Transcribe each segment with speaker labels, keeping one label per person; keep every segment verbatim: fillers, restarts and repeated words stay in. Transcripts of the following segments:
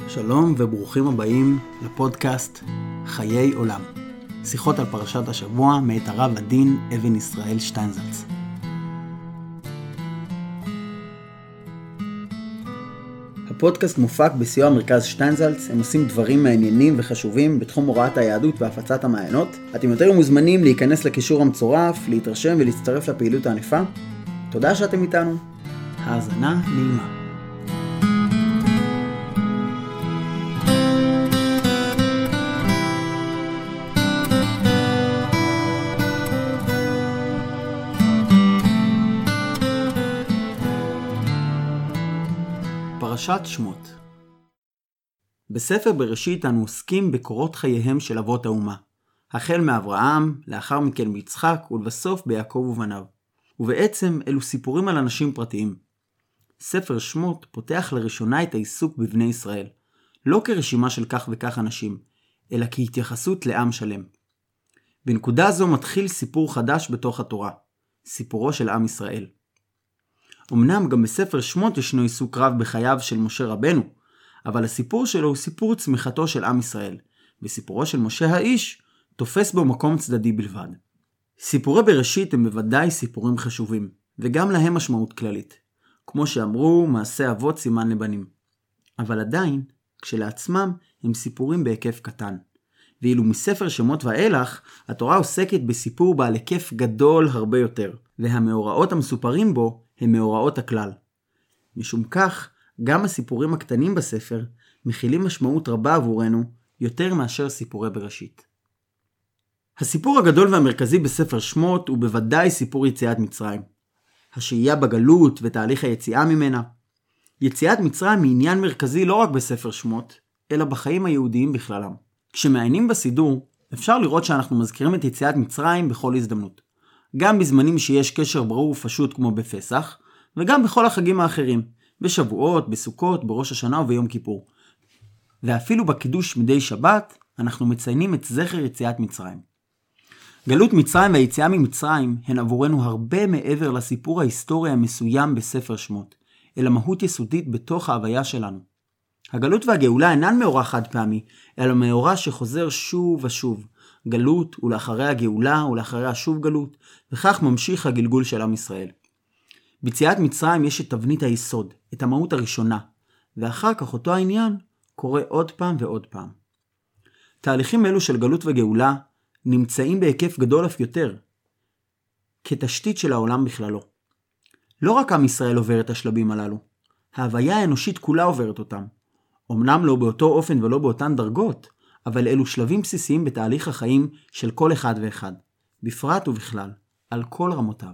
Speaker 1: שלום וברוכים הבאים לפודקאסט חיי עולם. שיחות על פרשת השבוע מאת הרב הדין אבן ישראל שטיינזלץ. הפודקאסט מופק בסיוע מרכז שטיינזלץ. הם עושים דברים מעניינים וחשובים בתחום הוראת היהדות והפצת המעיינות. אתם יותר מוזמנים להיכנס לקישור המצורף, להתרשם ולהצטרף לפעילות הענפה. תודה שאתם איתנו. האזנה נעימה. פרשת שמות. בספר בראשית אנו עוסקים בקורות חייהם של אבות האומה, החל מאברהם, לאחר מכן ביצחק ולבסוף ביעקב ובניו. ובעצם אלו סיפורים על אנשים פרטיים. ספר שמות פותח לראשונה את העיסוק בבני ישראל, לא כרשימה של כך וכך אנשים, אלא כהתייחסות לעם שלם. בנקודה זו מתחיל סיפור חדש בתוך התורה, סיפורו של עם ישראל. אמנם גם בספר שמות ישנו עיסוק רב בחייו של משה רבנו, אבל הסיפור שלו הוא סיפור צמיחתו של עם ישראל, וסיפורו של משה האיש תופס בו מקום צדדי בלבד. סיפורי בראשית הם בוודאי סיפורים חשובים, וגם להם משמעות כללית. כמו שאמרו, מעשה אבות סימן לבנים. אבל עדיין, כשלעצמם הם סיפורים בהיקף קטן. ואילו מספר שמות ואילך, התורה עוסקת בסיפור בעל היקף גדול הרבה יותר, והמאורעות המסופרים בו הם מאורעות הכלל. משום כך, גם הסיפורים הקטנים בספר מכילים משמעות רבה עבורנו יותר מאשר סיפורי בראשית. הסיפור הגדול והמרכזי בספר שמות הוא בוודאי סיפור יציאת מצרים. השהייה בגלות ותהליך היציאה ממנה. יציאת מצרים היא עניין מרכזי לא רק בספר שמות, אלא בחיים היהודיים בכללם. כשמעיינים בסידור, אפשר לראות שאנחנו מזכירים את יציאת מצרים בכל הזדמנות. גם בזמנים שיש קשר ברור ופשוט כמו בפסח, וגם בכל החגים האחרים, בשבועות, בסוכות, בראש השנה וביום כיפור. ואפילו בקידוש מדי שבת, אנחנו מציינים את זכר יציאת מצרים. גלות מצרים והיציאה ממצרים הן עבורנו הרבה מעבר לסיפור ההיסטורי המסוים בספר שמות, אלא מהות יסודית בתוך ההוויה שלנו. הגלות והגאולה אינן מאורע חד פעמי, אלא מאורע שחוזר שוב ושוב. גלות ולאחריה גאולה ולאחריה שוב גלות, וכך ממשיך הגלגול של עם ישראל. ביציאת מצרים יש את תבנית היסוד, את המהות הראשונה, ואחר כך אותו העניין קורה עוד פעם ועוד פעם. תהליכים אלו של גלות וגאולה נמצאים בהיקף גדול אף יותר, כתשתית של העולם בכללו. לא רק עם ישראל עובר את השלבים הללו, ההוויה האנושית כולה עוברת אותם. אמנם לא באותו אופן ולא באותן דרגות, אבל אלו שלבים בסיסיים בתהליך החיים של כל אחד ואחד, בפרט ובכלל, על כל רמותיו.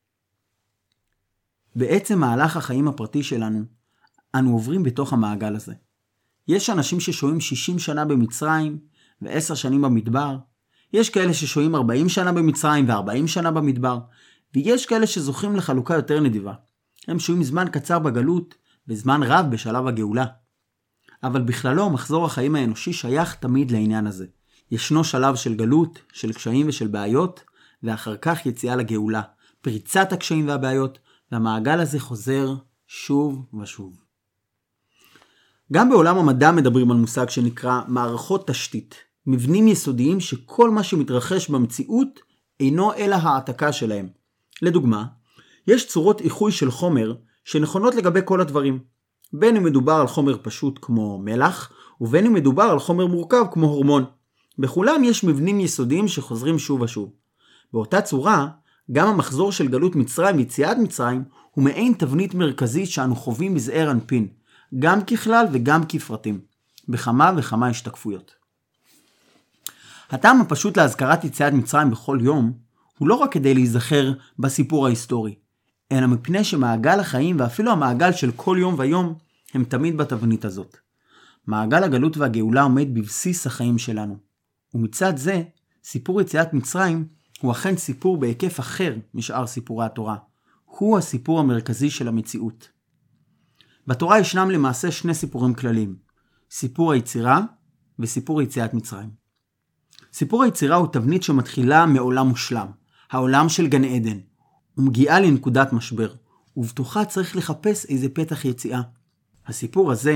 Speaker 1: בעצם מהלך החיים הפרטי שלנו, אנו עוברים בתוך המעגל הזה. יש אנשים ששוהים שישים שנה במצרים ו-עשר שנים במדבר, יש כאלה ששוהים ארבעים שנה במצרים ו-ארבעים שנה במדבר, ויש כאלה שזוכים לחלוקה יותר נדיבה. הם שוהים זמן קצר בגלות וזמן רב בשלב הגאולה. אבל בכללו מחזור החיים האנושי שייך תמיד לעניין הזה. ישנו שלב של גלות, של קשיים ושל בעיות, ואחר כך יציאה לגאולה, פריצת הקשיים והבעיות, והמעגל הזה חוזר שוב ושוב. גם בעולם המדע מדברים על מושג שנקרא מערכות תשתית, מבנים יסודיים שכל מה שמתרחש במציאות אינו אלא העתקה שלהם. לדוגמה, יש צורות איחוי של חומר שנכונות לגבי כל הדברים. בין אם מדובר על חומר פשוט כמו מלח, ובין אם מדובר על חומר מורכב כמו הורמון. בכולם יש מבנים יסודיים שחוזרים שוב ושוב. באותה צורה, גם המחזור של גלות מצרים ויציאת מצרים הוא מעין תבנית מרכזית שאנו חווים בזעיר אנפין, גם ככלל וגם כפרטים, בכמה וכמה השתקפויות. הטעם הפשוט להזכרת יציאת מצרים בכל יום, הוא לא רק כדי להיזכר בסיפור ההיסטורי, אלא מפני שמעגל החיים ואפילו המעגל של כל יום ויום הם תמיד בתבנית הזאת. מעגל הגלות והגאולה עומד בבסיס החיים שלנו. ומצד זה, סיפור יציאת מצרים הוא אכן סיפור בהיקף אחר משאר סיפורי התורה. הוא הסיפור המרכזי של המציאות. בתורה ישנם למעשה שני סיפורים כלליים. סיפור היצירה וסיפור יציאת מצרים. סיפור היצירה הוא תבנית שמתחילה מעולם מושלם, העולם של גן עדן. ומגיעה לנקודת משבר, ובתוכה צריך לחפש איזה פתח יציאה. הסיפור הזה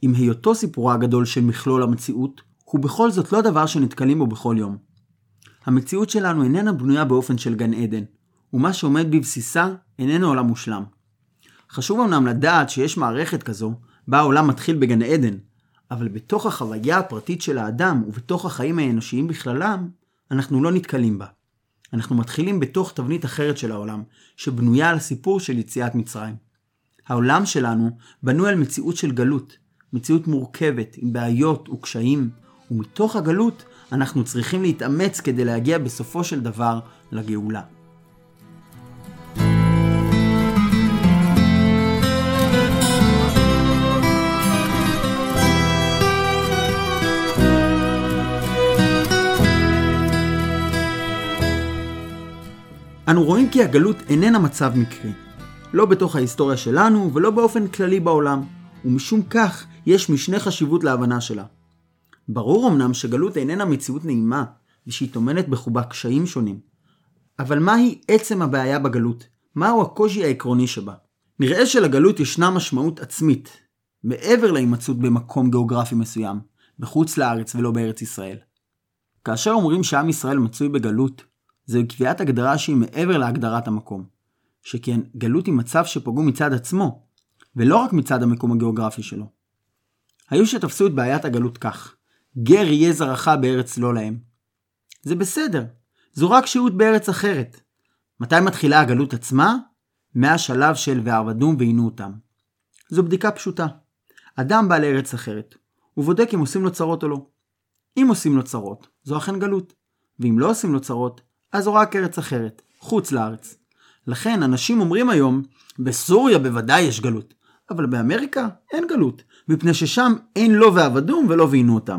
Speaker 1: עם היותו סיפורה הגדול של מכלול המציאות, הוא בכל זאת לא דבר שנתקלים בו בכל יום. המציאות שלנו איננה בנויה באופן של גן עדן, ומה שעומד בבסיסה איננו עולם מושלם. חשוב אמנם לדעת שיש מערכת כזו, בה העולם מתחיל בגן עדן, אבל בתוך החוויה הפרטית של האדם ובתוך החיים האנושיים בכללם, אנחנו לא נתקלים בה. אנחנו מתחילים בתוך תבנית אחרת של העולם, שבנויה על הסיפור של יציאת מצרים. העולם שלנו בנוי על מציאות של גלות, מציאות מורכבת עם בעיות וקשיים, ומתוך הגלות אנחנו צריכים להתאמץ כדי להגיע בסופו של דבר לגאולה. אנו רואים כי הגלות איננה מצב מקרי, לא בתוך ההיסטוריה שלנו ולא באופן כללי בעולם, ומשום כך יש משנה חשיבות להבנה שלה. ברור אמנם שגלות איננה מציאות נעימה, ושהיא טומנת בחובה קשיים שונים. אבל מהי עצם הבעיה בגלות? מהו הקושי העקרוני שבה? נראה שלגלות ישנה משמעות עצמית, מעבר להימצאות במקום גיאוגרפי מסוים, בחוץ לארץ ולא בארץ ישראל. כאשר אומרים שעם ישראל מצוי בגלות, זוהי קביעת הגדרה שהיא מעבר להגדרת המקום. שכן גלות היא מצב שפגום מצד עצמו, ולא רק מצד המקום הגיאוגרפי שלו. היו שתפסו את בעיית הגלות כך, גר יהיה זרעך בארץ לא להם. זה בסדר, זו רק שהות בארץ אחרת. מתי מתחילה הגלות עצמה? מהשלב של ועבדום ועינו אותם. זו בדיקה פשוטה. אדם בא לארץ אחרת, הוא בודק אם עושים לו צרות או לא. אם עושים לו צרות, זו אכן גלות. ואם לא עושים לו צרות, אז זו רק ארץ אחרת, חוץ לארץ. לכן אנשים אומרים היום, בסוריה בוודאי יש גלות, אבל באמריקה אין גלות, מפני ששם אין לא ועבדום ולא ועינו אותם.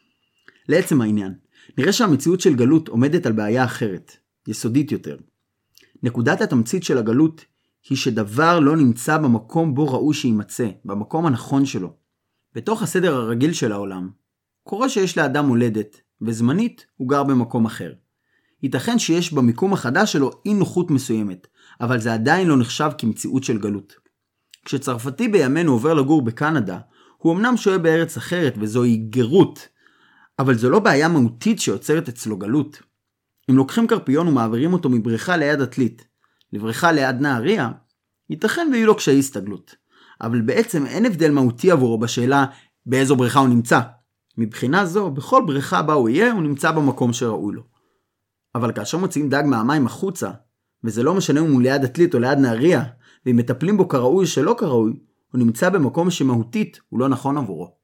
Speaker 1: לעצם העניין, נראה שהמציאות של גלות עומדת על בעיה אחרת, יסודית יותר. נקודת התמצית של הגלות היא שדבר לא נמצא במקום בו ראוי שימצא, במקום הנכון שלו. בתוך הסדר הרגיל של העולם, קורה שיש לאדם הולדת, וזמנית הוא גר במקום אחר. ייתכן שיש במיקום החדש שלו אי נוחות מסוימת, אבל זה עדיין לא נחשב כמציאות של גלות. כשצרפתי בימינו עובר לגור בקנדה, הוא אמנם שוהה בארץ אחרת וזוהי גרות, אבל זו לא בעיה מהותית שיוצרת אצלו גלות. אם לוקחים קרפיון ומעבירים אותו מבריכה ליד עתלית, לבריכה ליד נהריה, ייתכן ויהיו לו קשיי הסתגלות. אבל בעצם אין הבדל מהותי עבורו בשאלה באיזו בריכה הוא נמצא. מבחינה זו, בכל בריכה בה הוא יהיה, הוא נמצא במקום שראוי לו. אבל כאשר מוציאים דג מהמים החוצה, וזה לא משנה אם הוא ליד עתלית או ליד נהריה, ואם מטפלים בו כראוי שלא כראוי, הוא נמצא במקום שמהותית הוא לא נכון עבורו.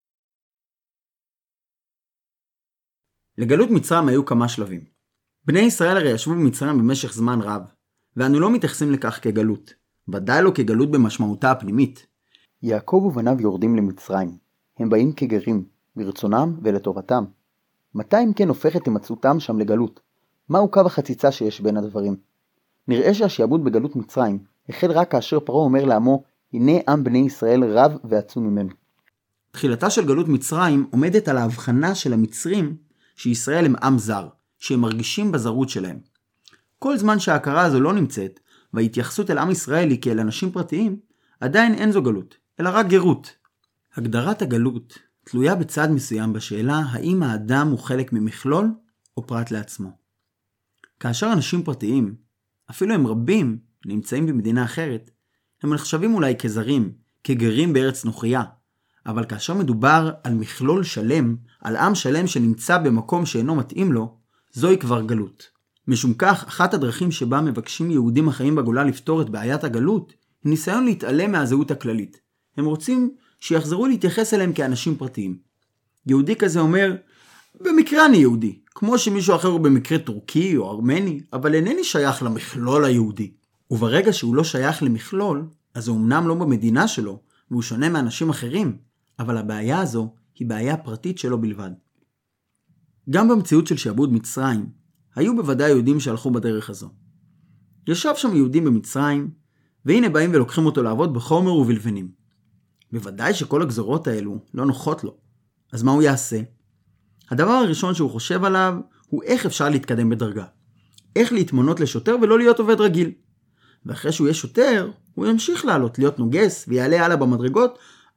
Speaker 1: לגלות מצרים היו כמה שלבים. בני ישראל הרי ישבו במצרים במשך זמן רב, ואנו לא מתייחסים לכך כגלות, ודאי לא כגלות במשמעותה הפנימית.
Speaker 2: יעקב ובניו יורדים למצרים, הם באים כגרים, ברצונם ולטובתם. מתי אם כן הופכת הימצאותם שם לגלות? מהו קו החציצה שיש בין הדברים? נראה שהשעבוד בגלות מצרים החל רק כאשר פרעה אומר לעמו, הנה עם בני ישראל רב ועצום ממנו.
Speaker 1: תחילתה של גלות מצרים עומדת על ההבחנה של המצרים שישראל הם עם זר, שהם מרגישים בזרות שלהם. כל זמן שההכרה הזו לא נמצאת, וההתייחסות אל עם ישראל היא כאל אנשים פרטיים, עדיין אין זו גלות, אלא רק גרות. הגדרת הגלות תלויה בצד מסוים בשאלה האם האדם הוא חלק ממכלול או פרט לעצמו. כאשר אנשים פרטיים, אפילו הם רבים, נמצאים במדינה אחרת, הם נחשבים אולי כזרים, כגרים בארץ נוכריה, אבל כאשר מדובר על מכלול שלם, על עם שלם שנמצא במקום שאינו מתאים לו, זוהי כבר גלות. משום כך, אחת הדרכים שבה מבקשים יהודים החיים בגולה לפתור את בעיית הגלות, היא ניסיון להתעלם מהזהות הכללית. הם רוצים שיחזרו להתייחס אליהם כאנשים פרטיים. יהודי כזה אומר, במקרה אני יהודי, כמו שמישהו אחר הוא במקרה טורקי או ארמני, אבל אינני שייך למכלול היהודי. וברגע שהוא לא שייך למכלול, אז הוא אמנם לא במדינה שלו, והוא שונה מאנשים אחרים, אבל הבעיה הזו היא בעיה פרטית שלו בלבד. גם במציאות של שעבוד מצרים, היו בוודאי יהודים שהלכו בדרך הזו. ישב שם יהודים במצרים, והנה באים ולוקחים אותו לעבוד בחומר ובלבנים. בוודאי שכל הגזרות האלו לא נוחות לו. אז מה הוא יעשה? הדבר הראשון שהוא חושב עליו הוא איך אפשר להתקדם בדרגה. איך להתמנות לשוטר ולא להיות עובד רגיל. ואחרי שהוא יהיה שוטר, הוא ימשיך לעלות, להיות נוגס ויעלה הלאה במדרגות,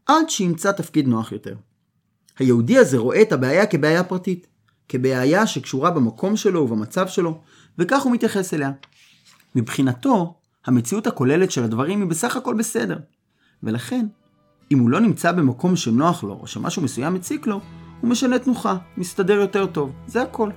Speaker 1: עד שימצא תפקיד נוח יותר. היהודי הזה רואה את הבעיה כבעיה פרטית, כבעיה שקשורה במקום שלו ובמצב שלו, וכך הוא מתייחס אליה. מבחינתו, המציאות הכוללת של הדברים היא בסך הכל בסדר. ולכן, אם הוא לא נמצא במקום שנוח לו, או שמשהו מסוים מציק לו, הוא משנה תנוחה, מסתדר יותר טוב. זה הכל.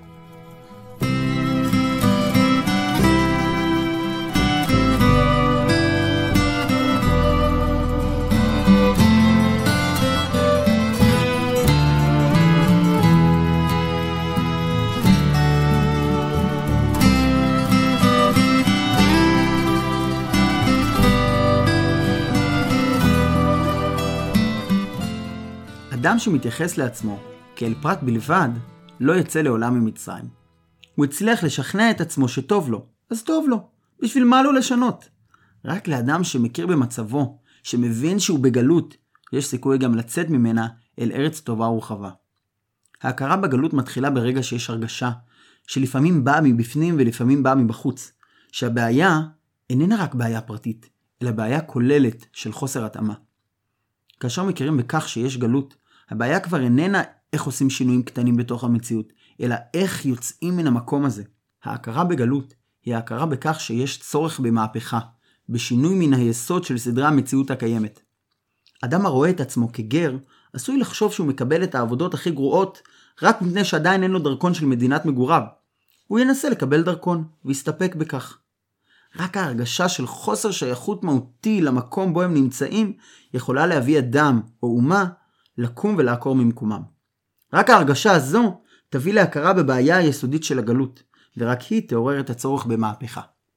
Speaker 1: אדם שמתייחס לעצמו כאל פרט בלבד, לא יצא לעולם ממצרים. הוא הצליח לשכנע את עצמו שטוב לו, אז טוב לו. בשביל מה לו לשנות? רק לאדם שמכיר במצבו, שמבין שהוא בגלות, יש סיכוי גם לצאת ממנה אל ארץ טובה ורחבה. ההכרה בגלות מתחילה ברגע שיש הרגשה, שלפעמים באה מבפנים ולפעמים באה מבחוץ, שהבעיה איננה רק בעיה פרטית, אלא בעיה כוללת של חוסר התאמה. כאשר מכירים בכך שיש גלות, הבעיה כבר איננה איך עושים שינויים קטנים בתוך המציאות, אלא איך יוצאים מן המקום הזה. ההכרה בגלות היא ההכרה בכך שיש צורך במהפכה, בשינוי מן היסוד של סדרי המציאות הקיימת. אדם הרואה את עצמו כגר, עשוי לחשוב שהוא מקבל את העבודות הכי גרועות, רק מפני שעדיין אין לו דרכון של מדינת מגוריו. הוא ינסה לקבל דרכון, ויסתפק בכך. רק ההרגשה של חוסר שייכות מהותי למקום בו הם נמצאים, יכולה להביא אדם או אומה לקום ולעקור ממקומם. רק ההרגשה הזו תביא להכרה בבעיה היסודית של הגלות, ורק היא תעורר את הצורך במהפכה.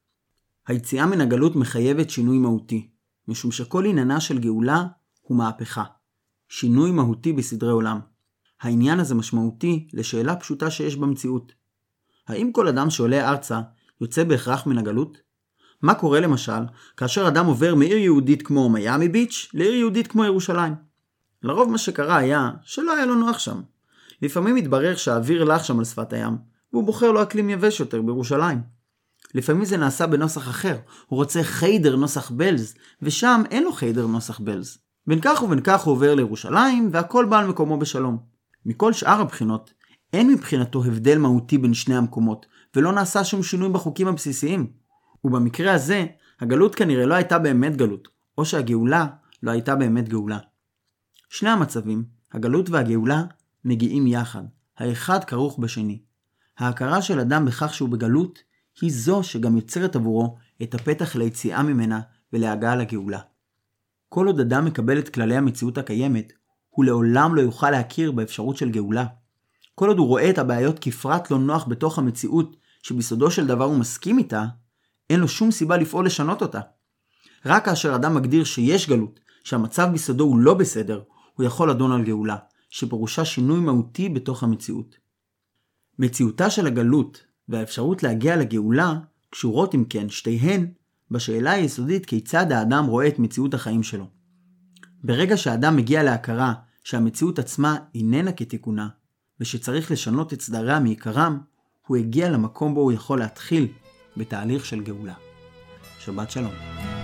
Speaker 1: היציאה מן הגלות מחייבת שינוי מהותי, משום שכל עניינה של גאולה הוא מהפכה, שינוי מהותי בסדרי עולם. העניין הזה משמעותי לשאלה פשוטה שיש במציאות. האם כל אדם שעולה ארצה יוצא בהכרח מן הגלות? מה קורה למשל כאשר אדם עובר מעיר יהודית כמו מיאמי ביץ' לעיר יהודית כמו ירושלים? לרוב מה שקרה היה שלא היה לו נוח שם. לפעמים מתברר שהאוויר לח שם על שפת הים, והוא בוחר לו אקלים יבש יותר בירושלים. לפעמים זה נעשה בנוסח אחר, הוא רוצה חיידר נוסח בלז, ושם אין לו חיידר נוסח בלז. בין כך ובין כך הוא עובר לירושלים, והכל בא על מקומו בשלום. מכל שאר הבחינות, אין מבחינתו הבדל מהותי בין שני המקומות, ולא נעשה שום שינוי בחוקים הבסיסיים. ובמקרה הזה, הגלות כנראה לא הייתה באמת גלות, או שהגאולה לא הייתה באמת גאולה. שני המצבים, הגלות והגאולה, מגיעים יחד, האחד כרוך בשני. ההכרה של אדם בכך שהוא בגלות, היא זו שגם יוצרת עבורו את הפתח ליציאה ממנה ולהגעה לגאולה. כל עוד אדם מקבל את כללי המציאות הקיימת, הוא לעולם לא יוכל להכיר באפשרות של גאולה. כל עוד הוא רואה את הבעיות כפרט לא נוח בתוך המציאות, שביסודו של דבר הוא מסכים איתה, אין לו שום סיבה לפעול לשנות אותה. רק כאשר אדם מגדיר שיש גלות, שהמצב ביסודו הוא לא בסדר, הוא יכול לדון על גאולה, שפירושה שינוי מהותי בתוך המציאות. מציאותה של הגלות והאפשרות להגיע לגאולה קשורות אם כן שתיהן בשאלה היסודית כיצד האדם רואה את מציאות החיים שלו. ברגע שהאדם מגיע להכרה שהמציאות עצמה איננה כתיקונה, ושצריך לשנות את סדריה מעיקרם, הוא הגיע למקום בו הוא יכול להתחיל בתהליך של גאולה. שבת שלום.